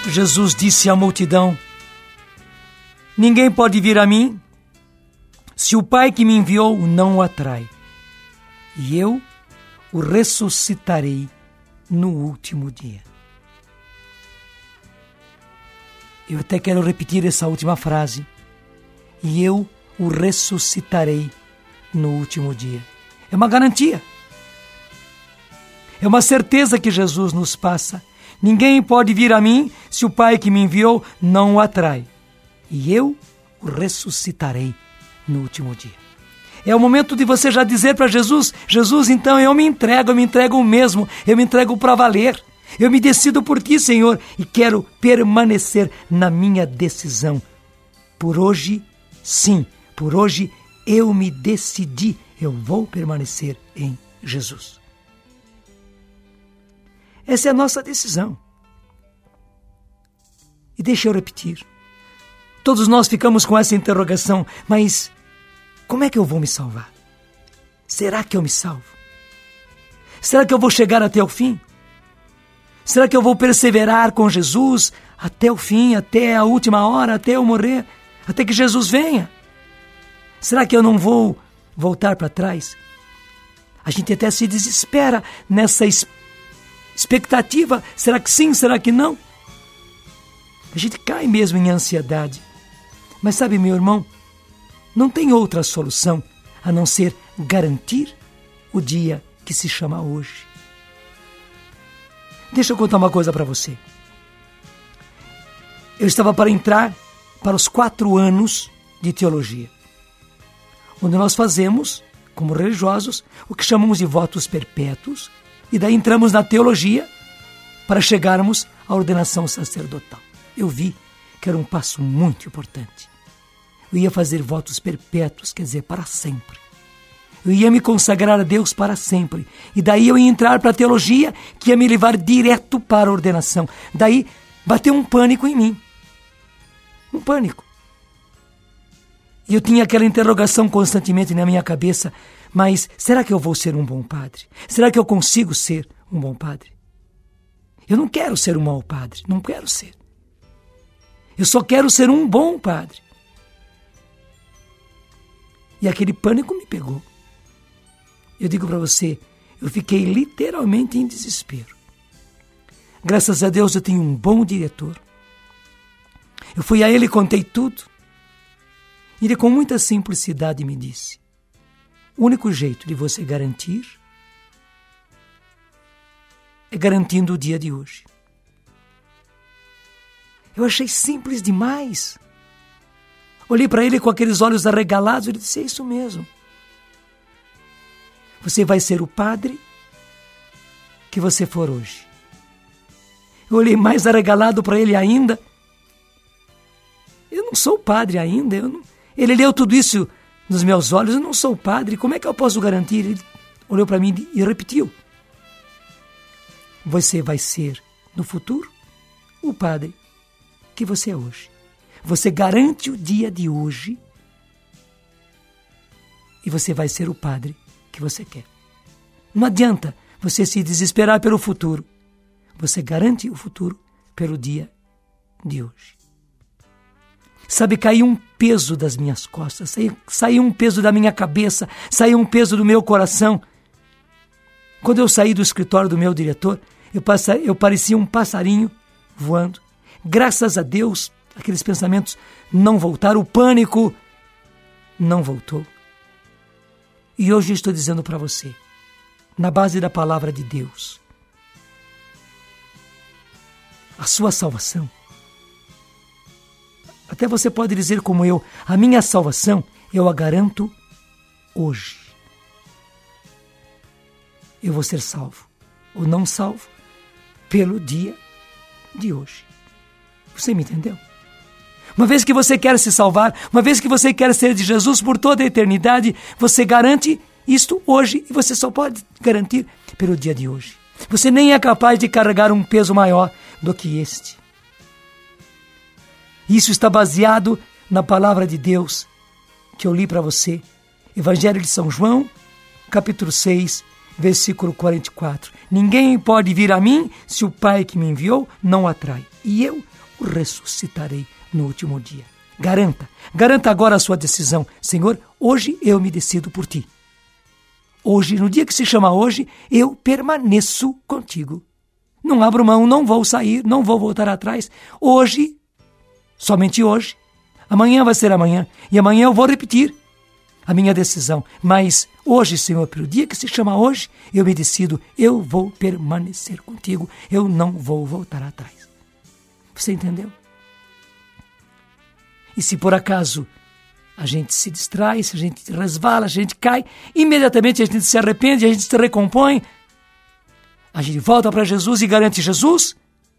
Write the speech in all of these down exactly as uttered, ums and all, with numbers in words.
Jesus disse à multidão: ninguém pode vir a mim se o Pai que me enviou não o atrai, e eu o ressuscitarei no último dia. Eu até quero repetir essa última frase. E eu o ressuscitarei no último dia. É uma garantia. É uma certeza que Jesus nos passa. Ninguém pode vir a mim se o Pai que me enviou não o atrai. E eu o ressuscitarei no último dia. É o momento de você já dizer para Jesus: Jesus, então eu me entrego, eu me entrego mesmo, eu me entrego para valer. Eu me decido por ti, Senhor, e quero permanecer na minha decisão. Por hoje, sim, por hoje eu me decidi, eu vou permanecer em Jesus. Essa é a nossa decisão. E deixa eu repetir. Todos nós ficamos com essa interrogação, mas como é que eu vou me salvar? Será que eu me salvo? Será que eu vou chegar até o fim? Será que eu vou perseverar com Jesus até o fim, até a última hora, até eu morrer, até que Jesus venha? Será que eu não vou voltar para trás? A gente até se desespera nessa expectativa. Será que sim? Será que não? A gente cai mesmo em ansiedade. Mas sabe, meu irmão, não tem outra solução a não ser garantir o dia que se chama hoje. Deixa eu contar uma coisa para você. Eu estava para entrar para os quatro anos de teologia, onde nós fazemos, como religiosos, o que chamamos de votos perpétuos, e daí entramos na teologia para chegarmos à ordenação sacerdotal. Eu vi que era um passo muito importante. Eu ia fazer votos perpétuos, quer dizer, para sempre. Eu ia me consagrar a Deus para sempre. E daí eu ia entrar para a teologia, que ia me levar direto para a ordenação. Daí bateu um pânico em mim. Um pânico. E eu tinha aquela interrogação constantemente na minha cabeça. Mas será que eu vou ser um bom padre? Será que eu consigo ser um bom padre? Eu não quero ser um mau padre. Não quero ser. Eu só quero ser um bom padre. E aquele pânico me pegou. Eu digo para você, eu fiquei literalmente em desespero. Graças a Deus eu tenho um bom diretor. Eu fui a ele e contei tudo. E ele com muita simplicidade me disse: o único jeito de você garantir é garantindo o dia de hoje. Eu achei simples demais. Olhei para ele com aqueles olhos arregalados e ele disse: é isso mesmo. Você vai ser o padre que você for hoje. Eu olhei mais arregalado para ele ainda. Eu não sou padre ainda. Eu não... Ele leu tudo isso nos meus olhos. Eu não sou padre. Como é que eu posso garantir? Ele olhou para mim e repetiu: você vai ser, no futuro, o padre que você é hoje. Você garante o dia de hoje e você vai ser o padre que você quer. Não adianta você se desesperar pelo futuro. Você garante o futuro pelo dia de hoje. Sabe, caiu um peso das minhas costas, saiu, saiu um peso da minha cabeça, saiu um peso do meu coração. Quando eu saí do escritório do meu diretor, eu, passa, eu parecia um passarinho voando. Graças a Deus, aqueles pensamentos não voltaram, o pânico não voltou. E hoje estou dizendo para você, na base da palavra de Deus, a sua salvação. Até você pode dizer como eu, a minha salvação eu a garanto hoje. Eu vou ser salvo ou não salvo pelo dia de hoje. Você me entendeu? Uma vez que você quer se salvar, uma vez que você quer ser de Jesus por toda a eternidade, você garante isto hoje e você só pode garantir pelo dia de hoje. Você nem é capaz de carregar um peso maior do que este. Isso está baseado na palavra de Deus que eu li para você. Evangelho de São João, capítulo seis, Versículo quarenta e quatro. Ninguém pode vir a mim se o Pai que me enviou não o atrai. E eu o ressuscitarei no último dia. Garanta, garanta agora a sua decisão. Senhor, hoje eu me decido por ti. Hoje, no dia que se chama hoje, eu permaneço contigo. Não abro mão, não vou sair, não vou voltar atrás. Hoje, somente hoje. Amanhã vai ser amanhã. E amanhã eu vou repetir a minha decisão. Mas hoje, Senhor, pelo dia que se chama hoje, eu me decido, eu vou permanecer contigo. Eu não vou voltar atrás. Você entendeu? E se por acaso a gente se distrai, se a gente resvala, a gente cai, imediatamente a gente se arrepende, a gente se recompõe, a gente volta para Jesus e garante: Jesus,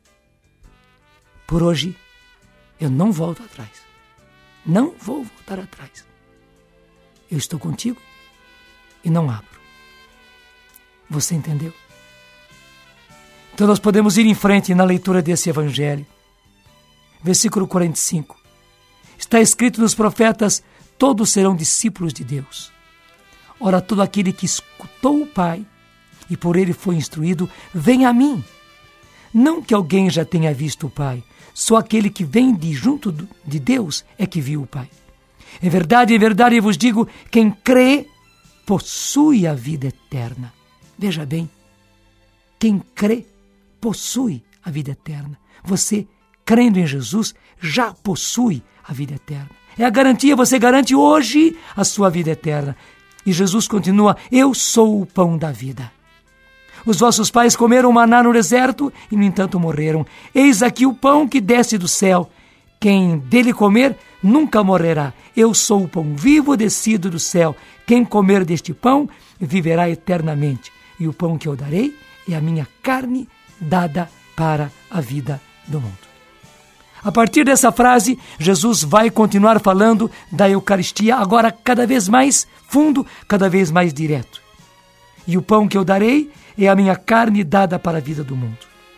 por hoje eu não volto atrás. Não vou voltar atrás. Eu estou contigo e não abro. Você entendeu? Então nós podemos ir em frente na leitura desse evangelho. Versículo quarenta e cinco. Está escrito nos profetas: todos serão discípulos de Deus. Ora, todo aquele que escutou o Pai e por ele foi instruído, vem a mim. Não que alguém já tenha visto o Pai, só aquele que vem de junto de Deus é que viu o Pai. Em verdade, em verdade, eu vos digo, quem crê possui a vida eterna. Veja bem, quem crê possui a vida eterna. Você, crendo em Jesus, já possui a vida eterna. É a garantia, você garante hoje a sua vida eterna. E Jesus continua: eu sou o pão da vida. Os vossos pais comeram maná no deserto e, no entanto, morreram. Eis aqui o pão que desce do céu. Quem dele comer nunca morrerá. Eu sou o pão vivo descido do céu. Quem comer deste pão viverá eternamente. E o pão que eu darei é a minha carne dada para a vida do mundo. A partir dessa frase, Jesus vai continuar falando da Eucaristia, agora cada vez mais fundo, cada vez mais direto. E o pão que eu darei é a minha carne dada para a vida do mundo.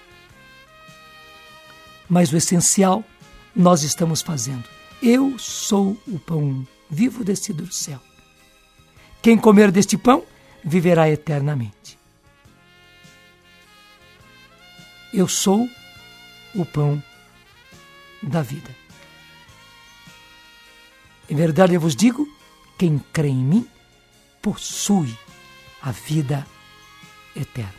Mas o essencial nós estamos fazendo. Eu sou o pão vivo descido do céu. Quem comer deste pão viverá eternamente. Eu sou o pão da vida. Em verdade eu vos digo, quem crê em mim possui a vida eterna.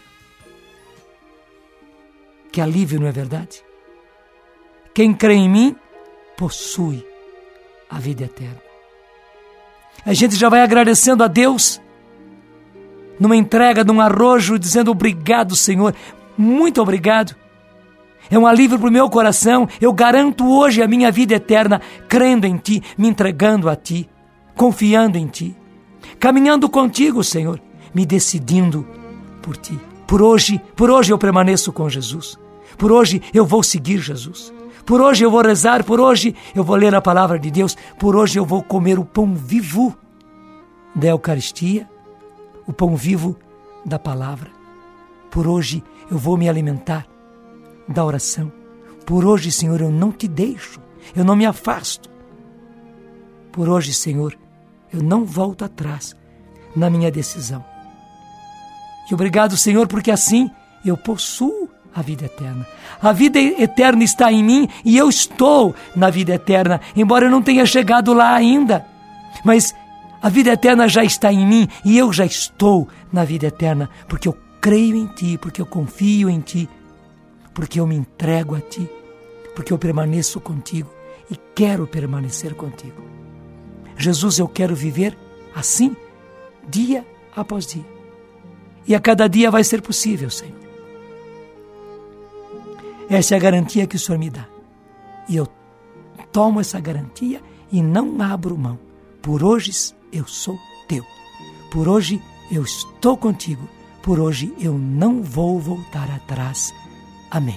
Que alívio, não é verdade? Quem crê em mim possui a vida eterna. A gente já vai agradecendo a Deus numa entrega, num arrojo, dizendo: obrigado, Senhor, muito obrigado. É um alívio para o meu coração. Eu garanto hoje a minha vida eterna, crendo em Ti, me entregando a Ti, confiando em Ti, caminhando contigo, Senhor, me decidindo por Ti. Por hoje, por hoje eu permaneço com Jesus. Por hoje eu vou seguir Jesus. Por hoje eu vou rezar. Por hoje eu vou ler a palavra de Deus. Por hoje eu vou comer o pão vivo da Eucaristia, o pão vivo da palavra. Por hoje eu vou me alimentar da oração. Por hoje, Senhor, eu não te deixo, eu não me afasto. Por hoje, Senhor, eu não volto atrás na minha decisão. E obrigado, Senhor, porque assim eu possuo a vida eterna. A vida eterna está em mim e eu estou na vida eterna, embora eu não tenha chegado lá ainda. Mas a vida eterna já está em mim e eu já estou na vida eterna, porque eu creio em Ti, porque eu confio em Ti, porque eu me entrego a Ti, porque eu permaneço contigo e quero permanecer contigo. Jesus, eu quero viver assim, dia após dia. E a cada dia vai ser possível, Senhor. Essa é a garantia que o Senhor me dá. E eu tomo essa garantia e não abro mão. Por hoje eu sou Teu. Por hoje eu estou contigo. Por hoje eu não vou voltar atrás. Amém.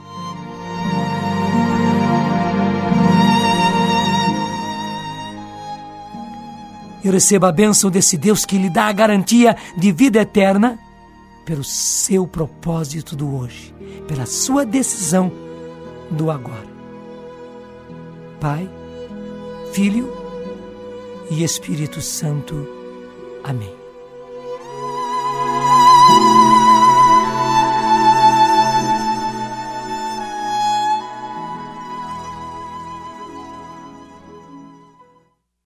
Eu recebo a bênção desse Deus que lhe dá a garantia de vida eterna pelo seu propósito do hoje, pela sua decisão do agora. Pai, Filho e Espírito Santo. Amém.